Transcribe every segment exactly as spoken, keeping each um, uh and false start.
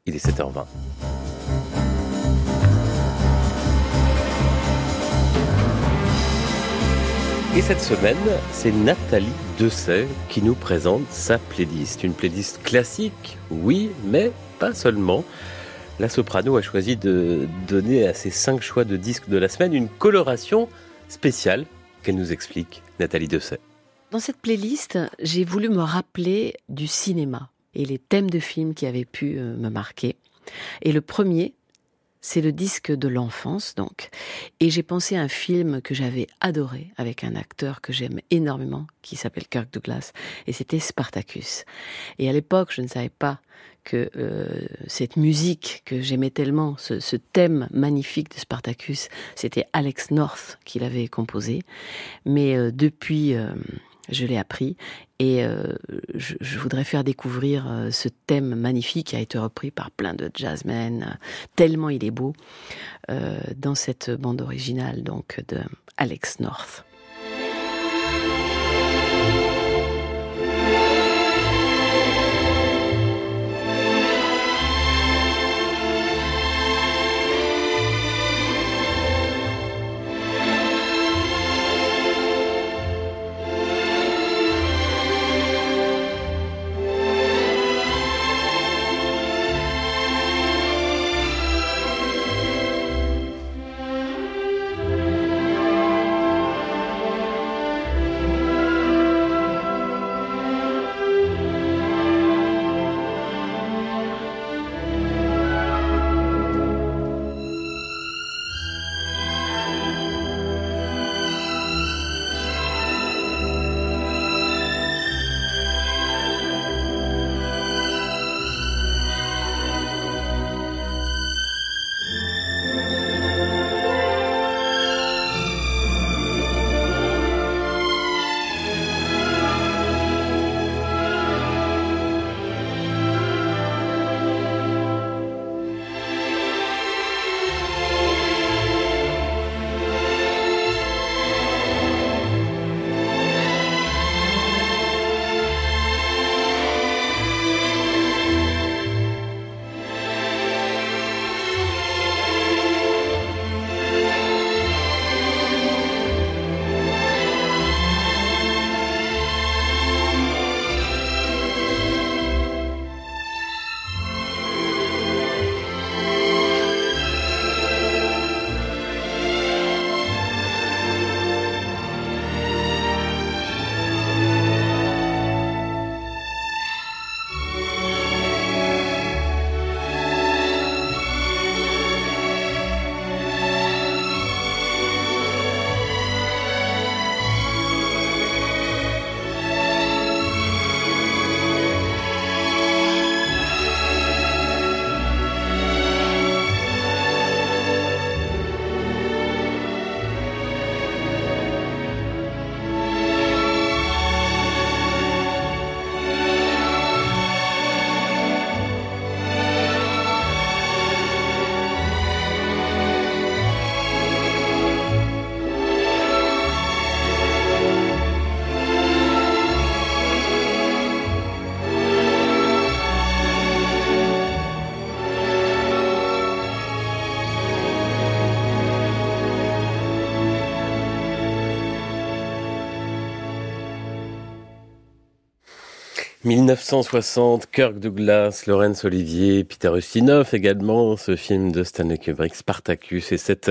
il est sept heures vingt. Et cette semaine, c'est Nathalie Dessay qui nous présente sa playlist. Une playlist classique, oui, mais pas seulement. La soprano a choisi de donner à ses cinq choix de disques de la semaine une coloration spéciale qu'elle nous explique, Nathalie Dessay. Dans cette playlist, j'ai voulu me rappeler du cinéma et les thèmes de films qui avaient pu me marquer. Et le premier, c'est le disque de l'enfance, donc. Et j'ai pensé à un film que j'avais adoré, avec un acteur que j'aime énormément, qui s'appelle Kirk Douglas, et c'était Spartacus. Et à l'époque, je ne savais pas que euh, cette musique que j'aimais tellement, ce, ce thème magnifique de Spartacus, c'était Alex North qui l'avait composé. Mais euh, depuis... Euh, Je l'ai appris et euh, je, je voudrais faire découvrir euh, ce thème magnifique qui a été repris par plein de jazzmen, euh, tellement il est beau, euh, dans cette bande originale donc de Alex North. dix-neuf cent soixante, Kirk Douglas, Laurence Olivier, Peter Ustinov également, ce film de Stanley Kubrick, Spartacus, et cette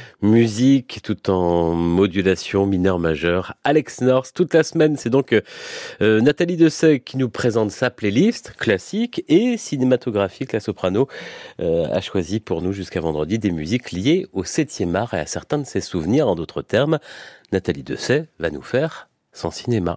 musique tout en modulation mineure-majeure, Alex North, toute la semaine. C'est donc euh, Nathalie Dessay qui nous présente sa playlist classique et cinématographique. La soprano euh, a choisi pour nous jusqu'à vendredi des musiques liées au septième art et à certains de ses souvenirs. En d'autres termes, Nathalie Dessay va nous faire son cinéma.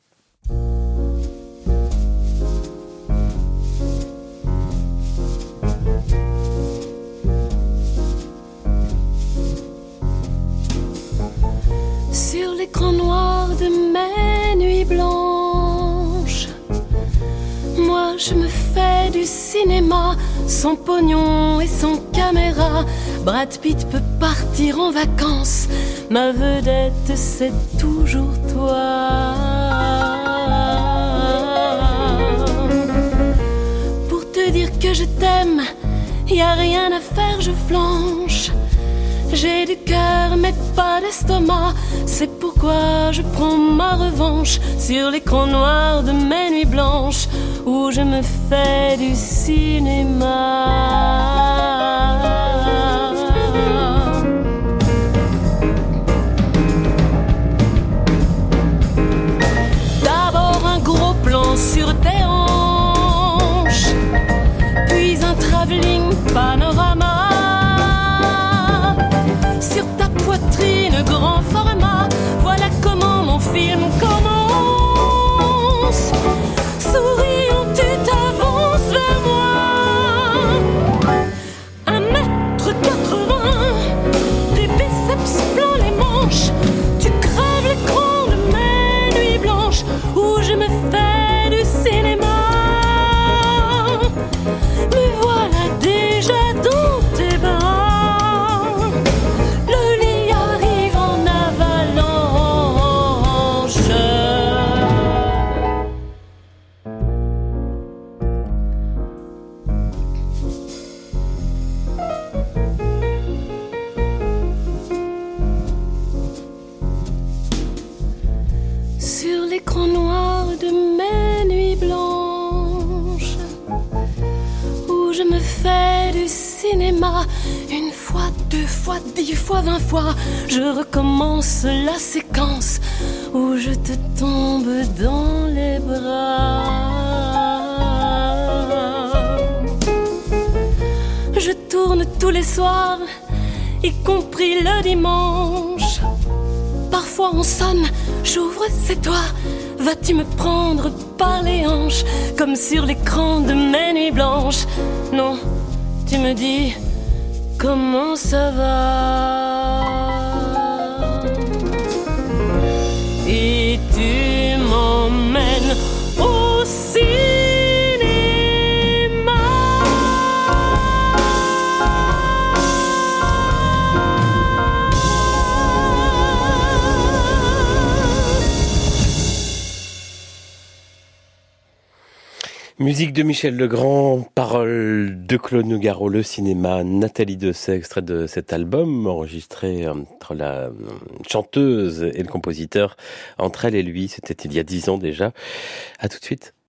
Sur l'écran noir de mes nuits blanches, moi je me fais du cinéma, sans pognon et sans caméra. Brad Pitt peut partir en vacances, ma vedette c'est toujours toi. Pour te dire que je t'aime, y a rien à faire, je flanche. J'ai du cœur mais pas d'estomac, c'est pourquoi je prends ma revanche sur l'écran noir de mes nuits blanches où je me fais du cinéma. D'abord un gros plan sur tes hanches, puis un travelling panorama. Sur ta poitrine, grand format, voilà comment mon film commence. Souriant, tu t'avances vers moi. Un mètre quatre-vingts, des biceps plein les manches. Tu crèves l'écran de mes nuits blanches où je me fais du cinéma. Me voilà déjà dans tes bras. L'écran noir de mes nuits blanches où je me fais du cinéma. Une fois, deux fois, dix fois, vingt fois, je recommence la séquence où je te tombe dans les bras. Je tourne tous les soirs, y compris le dimanche. Parfois on sonne, j'ouvre, c'est toi. Vas-tu me prendre par les hanches comme sur l'écran de mes nuits blanches? Non, tu me dis comment ça va. Et tu m'emmènes au cinéma. Musique de Michel Legrand, paroles de Claude Nougaro, le cinéma, Nathalie Dessay, extrait de cet album enregistré entre la chanteuse et le compositeur, entre elle et lui, c'était il y a dix ans déjà. À tout de suite.